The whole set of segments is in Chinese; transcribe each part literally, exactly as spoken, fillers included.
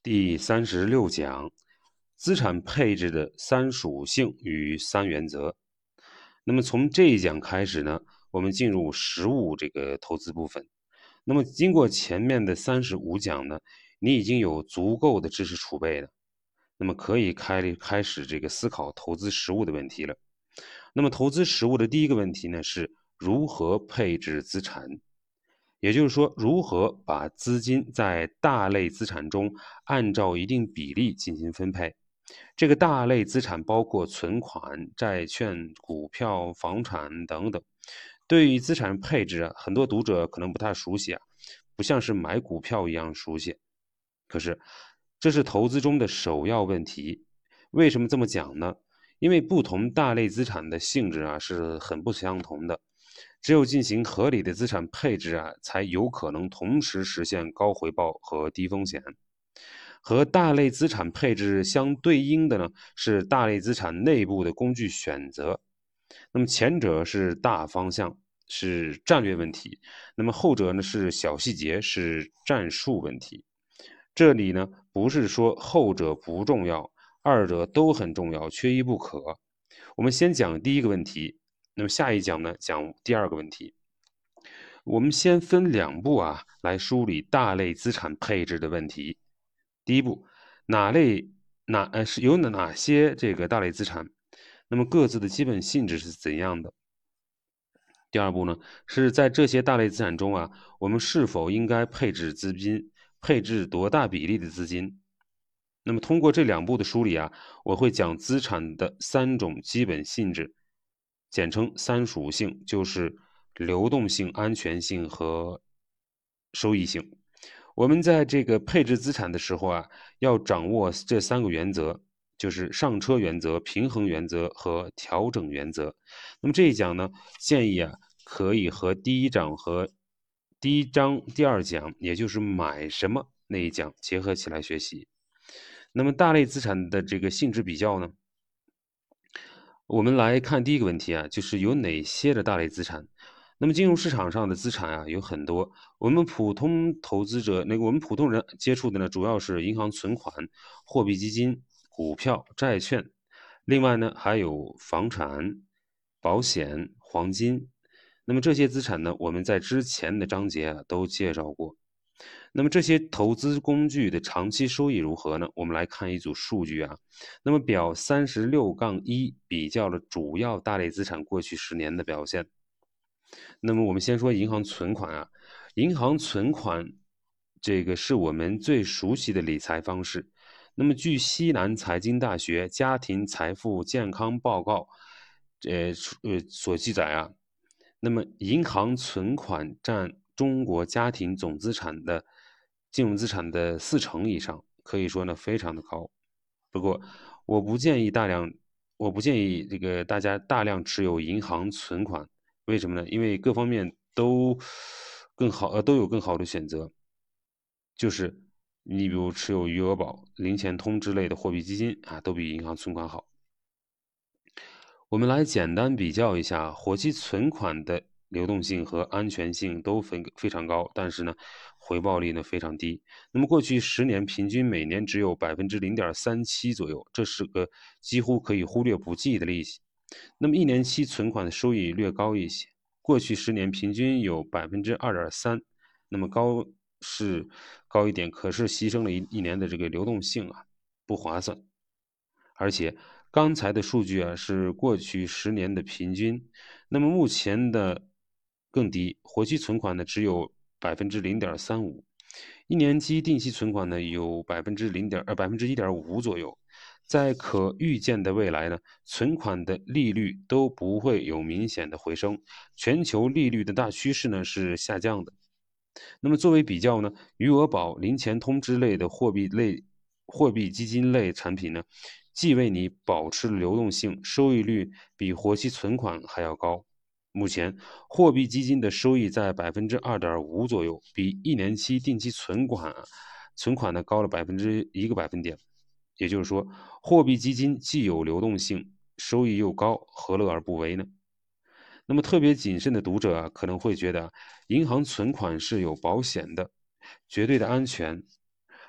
第三十六讲，资产配置的三属性与三原则。那么从这一讲开始呢，我们进入实物这个投资部分。那么经过前面的三十五讲呢，你已经有足够的知识储备了，那么可以开开始这个思考投资实物的问题了。那么投资实物的第一个问题呢，是如何配置资产。也就是说，如何把资金在大类资产中按照一定比例进行分配。这个大类资产包括存款、债券、股票、房产等等。对于资产配置啊，很多读者可能不太熟悉啊，不像是买股票一样熟悉。可是，这是投资中的首要问题。为什么这么讲呢？因为不同大类资产的性质啊是很不相同的。只有进行合理的资产配置啊，才有可能同时实现高回报和低风险。和大类资产配置相对应的呢，是大类资产内部的工具选择。那么前者是大方向，是战略问题；那么后者呢是小细节，是战术问题。这里呢不是说后者不重要，二者都很重要，缺一不可。我们先讲第一个问题，那么下一讲呢讲第二个问题。我们先分两步啊来梳理大类资产配置的问题。第一步，哪类哪呃是有哪些这个大类资产？那么各自的基本性质是怎样的？第二步呢，是在这些大类资产中啊，我们是否应该配置资金，配置多大比例的资金？那么通过这两步的梳理啊，我会讲资产的三种基本性质，简称三属性，就是流动性、安全性和收益性。我们在这个配置资产的时候啊，要掌握这三个原则，就是上车原则、平衡原则和调整原则。那么这一讲呢，建议啊，可以和第一章和第一章第二讲，也就是买什么那一讲结合起来学习。那么大类资产的这个性质比较呢，我们来看第一个问题啊，就是有哪些的大类资产？那么金融市场上的资产啊有很多，我们普通投资者，那个我们普通人接触的呢，主要是银行存款、货币基金、股票、债券，另外呢还有房产、保险、黄金。那么这些资产呢，我们在之前的章节啊都介绍过。那么这些投资工具的长期收益如何呢？我们来看一组数据啊。那么表三十六杠一比较了主要大类资产过去十年的表现。那么我们先说银行存款啊，银行存款这个是我们最熟悉的理财方式。那么据西南财经大学家庭财富健康报告，呃呃所记载啊，那么银行存款占中国家庭总资产的金融资产的四成以上，可以说呢非常的高。不过我不建议大量，我不建议这个大家大量持有银行存款。为什么呢？因为各方面都更好，呃，都有更好的选择。就是你比如持有余额宝、零钱通之类的货币基金啊，都比银行存款好。我们来简单比较一下，活期存款的流动性和安全性都非非常高，但是呢，回报率呢非常低。那么过去十年平均每年只有百分之零点三七左右，这是个几乎可以忽略不计的利息。那么一年期存款的收益略高一些，过去十年平均有百分之二点三，那么高是高一点，可是牺牲了一一年的这个流动性啊，不划算。而且刚才的数据啊是过去十年的平均，那么目前的更低，活期存款呢只有百分之零点三五，一年期定期存款呢有百分之零点呃百分之一点五左右。在可预见的未来呢，存款的利率都不会有明显的回升，全球利率的大趋势呢是下降的。那么作为比较呢，余额宝、零钱通之类的货币类、货币基金类产品呢，既为你保持流动性，收益率比活期存款还要高。目前货币基金的收益在百分之二点五左右，比一年期定期存款存款呢高了百分之一个百分点。也就是说，货币基金既有流动性，收益又高，何乐而不为呢？那么特别谨慎的读者啊，可能会觉得银行存款是有保险的，绝对的安全，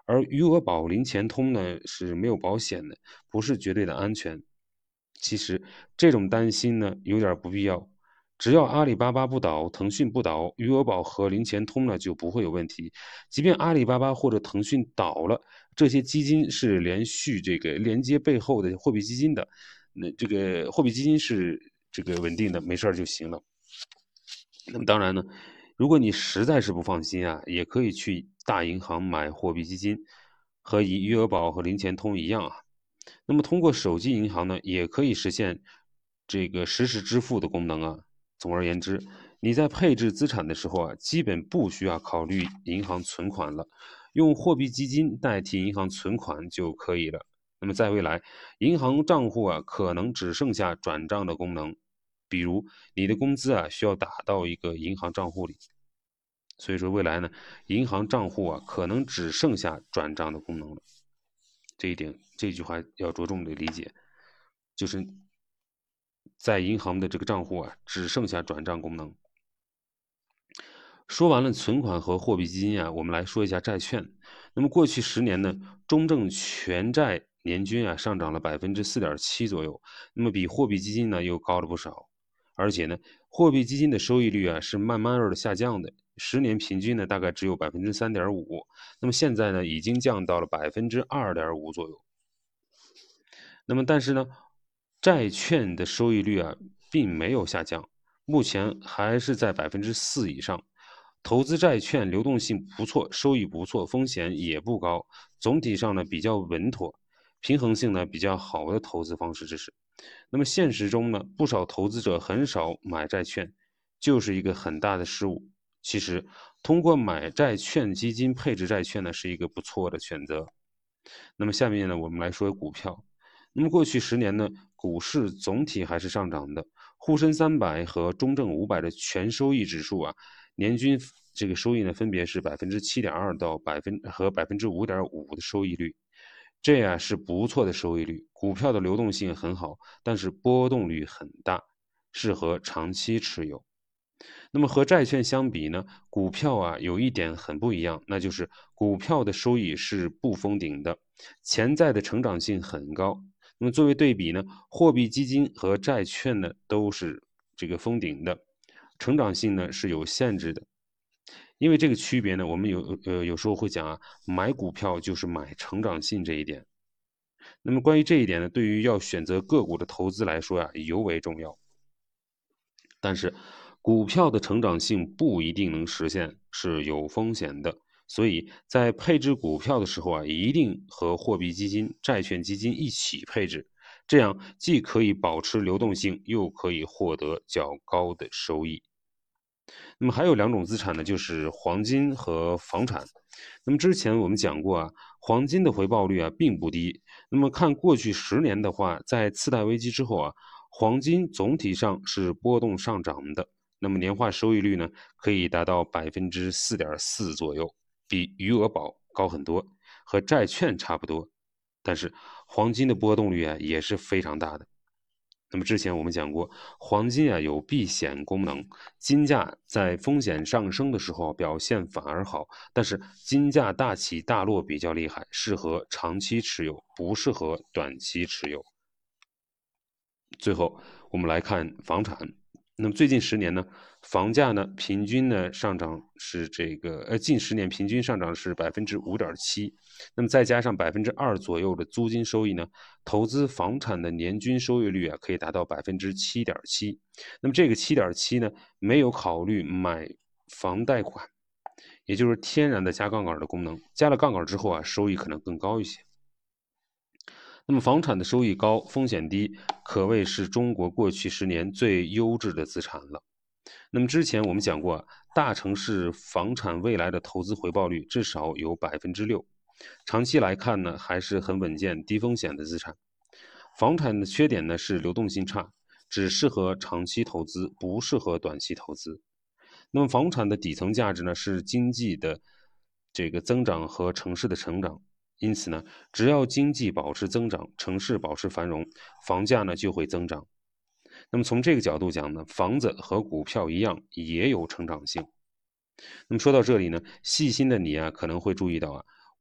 而余额宝、零钱通呢是没有保险的，不是绝对的安全。其实这种担心呢有点不必要，只要阿里巴巴不倒，腾讯不倒，余额宝和零钱通呢就不会有问题。即便阿里巴巴或者腾讯倒了，这些基金是连续这个连接背后的货币基金的，那这个货币基金是这个稳定的，没事儿就行了。那么当然呢，如果你实在是不放心啊，也可以去大银行买货币基金，和以余额宝和零钱通一样啊。那么通过手机银行呢，也可以实现这个实时支付的功能啊。总而言之，你在配置资产的时候啊，基本不需要考虑银行存款了，用货币基金代替银行存款就可以了。那么在未来，银行账户啊，可能只剩下转账的功能，比如你的工资啊，需要打到一个银行账户里。所以说未来呢，银行账户啊，可能只剩下转账的功能了。这一点，这句话要着重的理解，就是在银行的这个账户啊，只剩下转账功能。说完了存款和货币基金啊，我们来说一下债券。那么过去十年呢，中证全债年均啊上涨了百分之四点七左右，那么比货币基金呢又高了不少。而且呢，货币基金的收益率啊是慢慢的下降的，十年平均呢大概只有百分之三点五，那么现在呢已经降到了百分之二点五左右。那么但是呢，债券的收益率啊并没有下降，目前还是在百分之四以上。投资债券流动性不错，收益不错，风险也不高，总体上呢比较稳妥，平衡性呢比较好的投资方式这是。那么现实中呢，不少投资者很少买债券，就是一个很大的失误。其实通过买债券基金配置债券呢，是一个不错的选择。那么下面呢，我们来说股票。那么过去十年呢，股市总体还是上涨的，沪深三百和中证五百的全收益指数啊，年均这个收益呢，分别是百分之七点二到百分和百分之五点五的收益率，这呀是不错的收益率。股票的流动性很好，但是波动率很大，适合长期持有。那么和债券相比呢，股票啊有一点很不一样，那就是股票的收益是不封顶的，潜在的成长性很高。那么作为对比呢，货币基金和债券呢都是这个封顶的，成长性呢是有限制的。因为这个区别呢，我们有呃有时候会讲啊，买股票就是买成长性这一点。那么关于这一点呢，对于要选择个股的投资来说啊，尤为重要。但是股票的成长性不一定能实现，是有风险的。所以在配置股票的时候啊，一定和货币基金、债券基金一起配置，这样既可以保持流动性，又可以获得较高的收益。那么还有两种资产呢，就是黄金和房产。那么之前我们讲过啊，黄金的回报率啊并不低。那么看过去十年的话，在次贷危机之后啊，黄金总体上是波动上涨的。那么年化收益率呢，可以达到百分之四点四左右，比余额宝高很多，和债券差不多。但是黄金的波动率啊也是非常大的。那么之前我们讲过，黄金啊有避险功能，金价在风险上升的时候表现反而好，但是金价大起大落比较厉害，适合长期持有，不适合短期持有。最后我们来看房产。那么最近十年呢，房价呢平均呢上涨是这个呃近十年平均上涨是百分之五点七，那么再加上百分之二左右的租金收益呢，投资房产的年均收益率啊可以达到百分之七点七。那么这个七点七呢，没有考虑买房贷款，也就是天然的加杠杆的功能。加了杠杆之后啊，收益可能更高一些。那么房产的收益高，风险低，可谓是中国过去十年最优质的资产了。那么之前我们讲过，大城市房产未来的投资回报率至少有百分之六，长期来看呢，还是很稳健、低风险的资产。房产的缺点呢是流动性差，只适合长期投资，不适合短期投资。那么房产的底层价值呢是经济的这个增长和城市的成长。因此呢，只要经济保持增长，城市保持繁荣，房价呢就会增长。那么从这个角度讲呢，房子和股票一样，也有成长性。那么说到这里呢，细心的你啊，可能会注意到啊，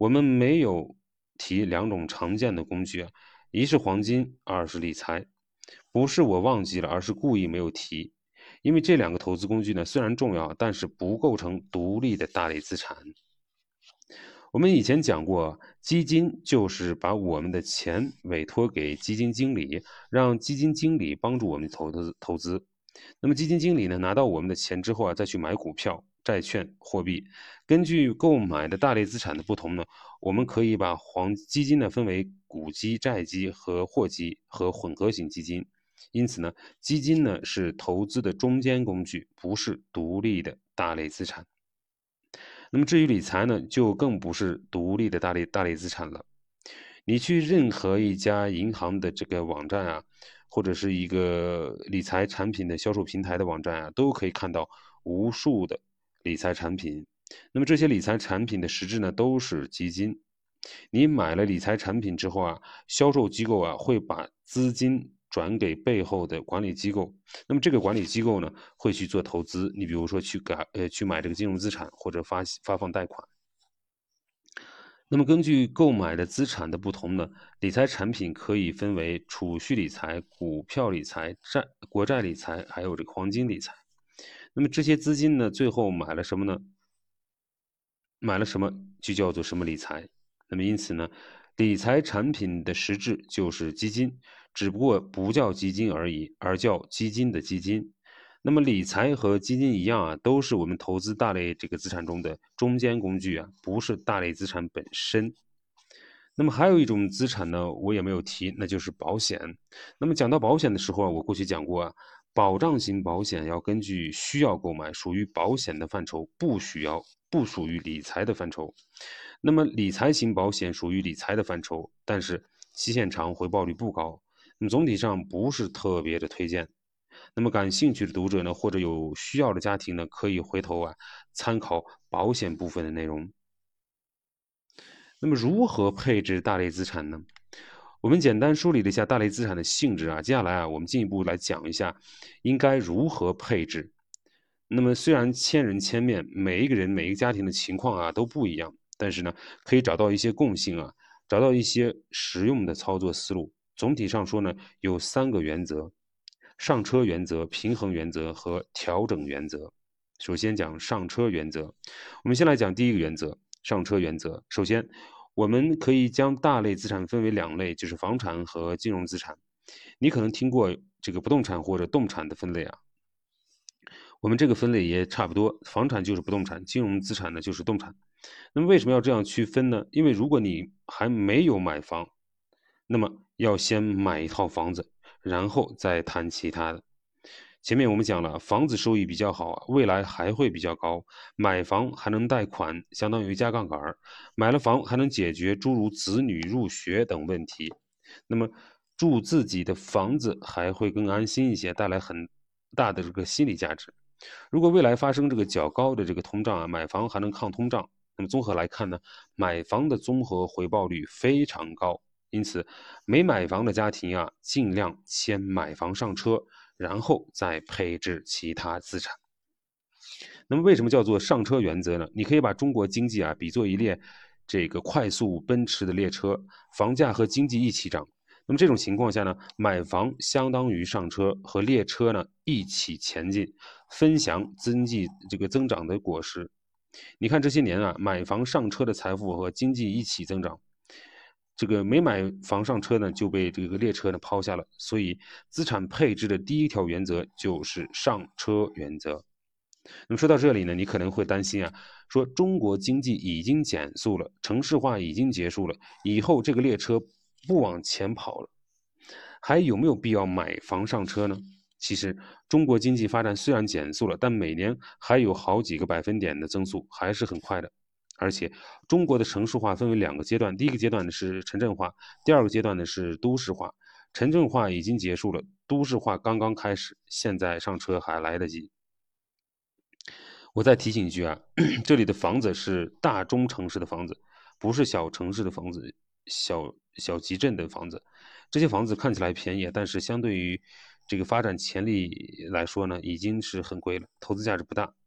我们没有提两种常见的工具啊，一是黄金，二是理财。不是我忘记了，而是故意没有提。因为这两个投资工具呢，虽然重要，但是不构成独立的大类资产。我们以前讲过，基金就是把我们的钱委托给基金经理，让基金经理帮助我们投资投资。那么基金经理呢，拿到我们的钱之后啊，再去买股票、债券、货币。根据购买的大类资产的不同呢，我们可以把黄基金呢分为股基、债基和货基和混合型基金。因此呢，基金呢是投资的中间工具，不是独立的大类资产。那么至于理财呢，就更不是独立的大类大类资产了。你去任何一家银行的这个网站啊，或者是一个理财产品的销售平台的网站啊，都可以看到无数的理财产品。那么这些理财产品的实质呢，都是基金。你买了理财产品之后啊，销售机构啊会把资金转给背后的管理机构，那么这个管理机构呢会去做投资，你比如说去改呃去买这个金融资产或者发发放贷款。那么根据购买的资产的不同呢，理财产品可以分为储蓄理财、股票理财、债国债理财，还有这个黄金理财。那么这些资金呢，最后买了什么呢？买了什么就叫做什么理财。那么因此呢，理财产品的实质就是基金，只不过不叫基金而已，而叫基金的基金。那么理财和基金一样啊，都是我们投资大类这个资产中的中间工具啊，不是大类资产本身。那么还有一种资产呢，我也没有提，那就是保险。那么讲到保险的时候啊，我过去讲过啊，保障型保险要根据需要购买，属于保险的范畴，不需要不属于理财的范畴。那么理财型保险属于理财的范畴，但是期限长，回报率不高。那么总体上不是特别的推荐。那么感兴趣的读者呢，或者有需要的家庭呢，可以回头啊参考保险部分的内容。那么如何配置大类资产呢？我们简单梳理了一下大类资产的性质啊，接下来啊，我们进一步来讲一下应该如何配置。那么虽然千人千面，每一个人每一个家庭的情况啊都不一样，但是呢，可以找到一些共性啊，找到一些实用的操作思路。总体上说呢，有三个原则：上车原则、平衡原则和调整原则。首先讲上车原则，我们先来讲第一个原则，上车原则。首先，我们可以将大类资产分为两类，就是房产和金融资产。你可能听过这个不动产或者动产的分类啊，我们这个分类也差不多，房产就是不动产，金融资产呢就是动产。那么为什么要这样区分呢？因为如果你还没有买房，那么要先买一套房子，然后再谈其他的。前面我们讲了，房子收益比较好啊，未来还会比较高。买房还能贷款，相当于加杠杆儿。买了房还能解决诸如子女入学等问题。那么住自己的房子还会更安心一些，带来很大的这个心理价值。如果未来发生这个较高的这个通胀啊，买房还能抗通胀。那么综合来看呢，买房的综合回报率非常高。因此，没买房的家庭啊，尽量先买房上车，然后再配置其他资产。那么为什么叫做上车原则呢？你可以把中国经济啊比作一列这个快速奔驰的列车，房价和经济一起涨。那么这种情况下呢，买房相当于上车，和列车呢一起前进，分享经济这个增长的果实。你看这些年啊，买房上车的财富和经济一起增长，这个没买房上车呢，就被这个列车呢抛下了。所以，资产配置的第一条原则就是上车原则。那么说到这里呢，你可能会担心啊，说中国经济已经减速了，城市化已经结束了，以后这个列车不往前跑了，还有没有必要买房上车呢？其实，中国经济发展虽然减速了，但每年还有好几个百分点的增速，还是很快的。而且，中国的城市化分为两个阶段，第一个阶段呢是城镇化，第二个阶段呢是都市化。城镇化已经结束了，都市化刚刚开始，现在上车还来得及。我再提醒一句啊，这里的房子是大中城市的房子，不是小城市的房子，小小集镇的房子。这些房子看起来便宜，但是相对于这个发展潜力来说呢，已经是很贵了，投资价值不大。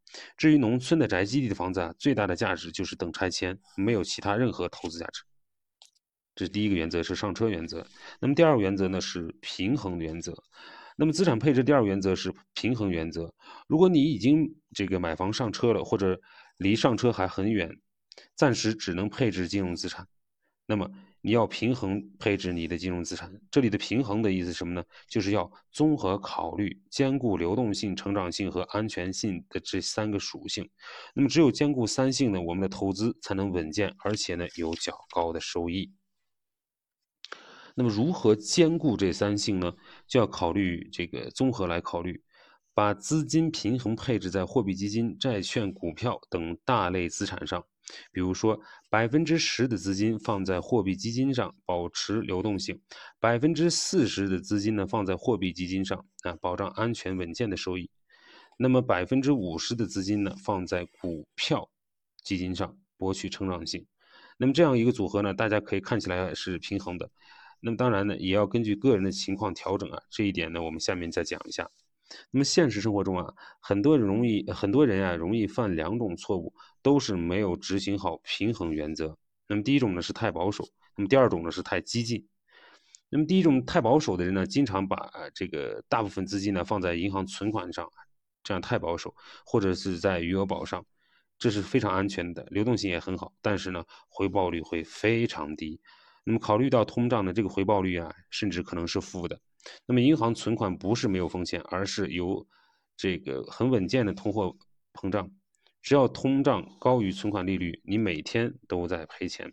至于农村的宅基地的房子啊，最大的价值就是等拆迁，没有其他任何投资价值。这是第一个原则，是上车原则。那么第二个原则呢，是平衡原则。那么资产配置第二个原则是平衡原则。如果你已经这个买房上车了，或者离上车还很远，暂时只能配置金融资产，那么你要平衡配置你的金融资产。这里的平衡的意思是什么呢？就是要综合考虑兼顾流动性、成长性和安全性的这三个属性。那么只有兼顾三性呢，我们的投资才能稳健，而且呢有较高的收益。那么如何兼顾这三性呢？就要考虑这个综合来考虑，把资金平衡配置在货币基金、债券、股票等大类资产上。比如说，百分之十的资金放在货币基金上，保持流动性；百分之四十的资金呢放在货币基金上，啊，保障安全稳健的收益。那么百分之五十的资金呢放在股票基金上，博取成长性。那么这样一个组合呢，大家可以看起来是平衡的。那么当然呢，也要根据个人的情况调整啊。这一点呢，我们下面再讲一下。那么现实生活中啊，很多人容易很多人啊容易犯两种错误，都是没有执行好平衡原则。那么第一种呢是太保守，那么第二种呢是太激进。那么第一种太保守的人呢，经常把、呃、这个大部分资金呢放在银行存款上，这样太保守，或者是在余额宝上，这是非常安全的，流动性也很好，但是呢，回报率会非常低。那么考虑到通胀的这个回报率啊，甚至可能是负的。那么银行存款不是没有风险，而是有这个很稳健的通货膨胀。只要通胀高于存款利率，你每天都在赔钱。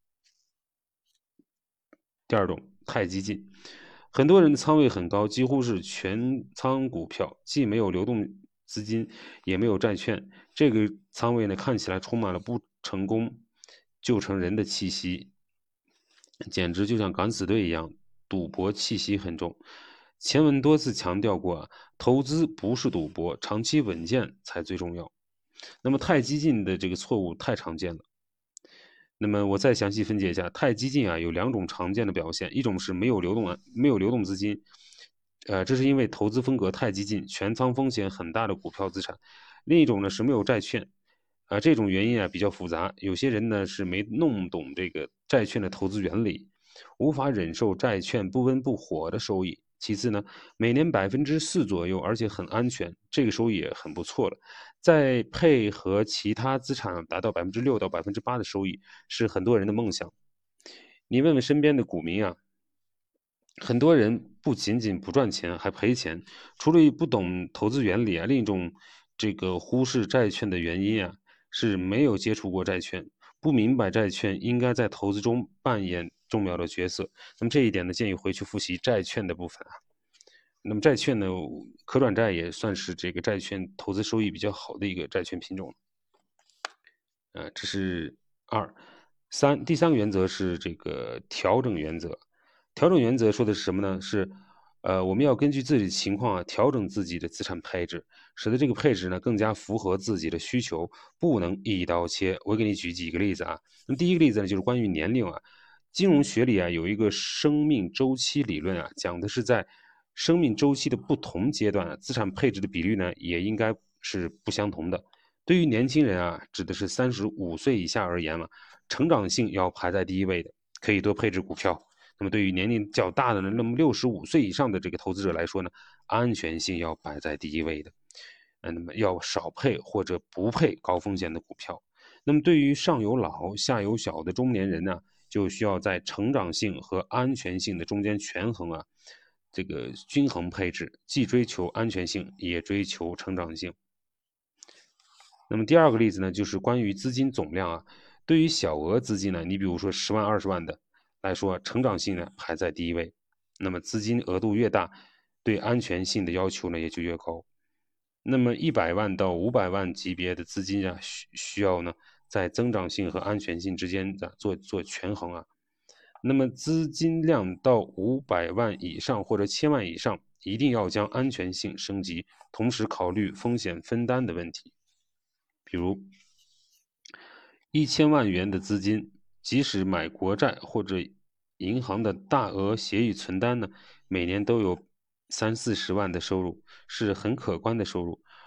第二种，太激进。很多人的仓位很高，几乎是全仓股票，既没有流动资金，也没有债券。这个仓位呢，看起来充满了不成功就成人的气息，简直就像敢死队一样，赌博气息很重。前文多次强调过啊，投资不是赌博，长期稳健才最重要。那么太激进的这个错误太常见了。那么我再详细分解一下，太激进啊，有两种常见的表现，一种是没有流动啊，没有流动资金，呃，这是因为投资风格太激进，全仓风险很大的股票资产；另一种呢是没有债券，啊、这种原因啊比较复杂，有些人呢是没弄懂这个债券的投资原理，无法忍受债券不温不火的收益。其次呢，每年百分之四左右，而且很安全，这个收益也很不错了。再配合其他资产达到百分之六到百分之八的收益，是很多人的梦想。你问问身边的股民啊，很多人不仅仅不赚钱，还赔钱。除了不懂投资原理啊，另一种这个忽视债券的原因啊，是没有接触过债券，不明白债券应该在投资中扮演重要的角色。那么这一点呢，建议回去复习债券的部分啊。那么债券呢，可转债也算是这个债券投资收益比较好的一个债券品种。呃，这是二。三，第三个原则是这个调整原则。调整原则说的是什么呢？是，呃，我们要根据自己的情况啊，调整自己的资产配置，使得这个配置呢更加符合自己的需求，不能一刀切。我给你举几个例子啊。那么第一个例子呢，就是关于年龄啊。金融学里啊有一个生命周期理论啊，讲的是在生命周期的不同阶段啊，资产配置的比率呢也应该是不相同的。对于年轻人啊，指的是三十五岁以下而言嘛，成长性要排在第一位的，可以多配置股票。那么对于年龄较大的呢，那么六十五岁以上的这个投资者来说呢，安全性要摆在第一位的。呃那么要少配或者不配高风险的股票。那么对于上有老下有小的中年人呢，就需要在成长性和安全性的中间权衡啊，这个均衡配置，既追求安全性，也追求成长性。那么第二个例子呢，就是关于资金总量啊。对于小额资金呢，你比如说十万、二十万的来说，成长性呢排在第一位。那么资金额度越大，对安全性的要求呢也就越高。那么一百万到五百万级别的资金啊，需需要呢在增长性和安全性之间的做做权衡啊。那么资金量到五百万以上或者千万以上，一定要将安全性升级，同时考虑风险分担的问题。比如一千万元的资金，即使买国债或者银行的大额协议存单呢，每年都有三四十万的收入，是很可观的收入。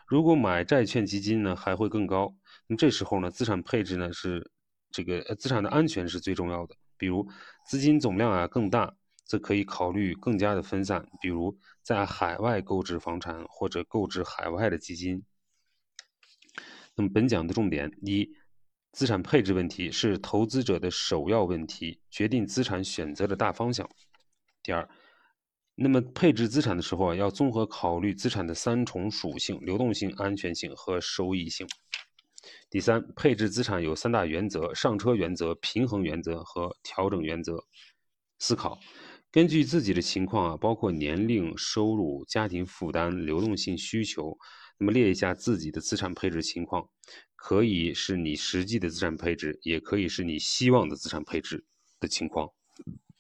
如果买债券基金呢，还会更高。那么这时候呢，资产配置呢是这个呃资产的安全是最重要的。比如资金总量啊更大，则可以考虑更加的分散，比如在海外购置房产或者购置海外的基金。那么本讲的重点：一、资产配置问题是投资者的首要问题，决定资产选择的大方向。第二，那么配置资产的时候啊，要综合考虑资产的三重属性：流动性、安全性和收益性。第三，配置资产有三大原则：上车原则、平衡原则和调整原则。思考，根据自己的情况啊，包括年龄、收入、家庭负担、流动性需求，那么列一下自己的资产配置情况，可以是你实际的资产配置，也可以是你希望的资产配置的情况。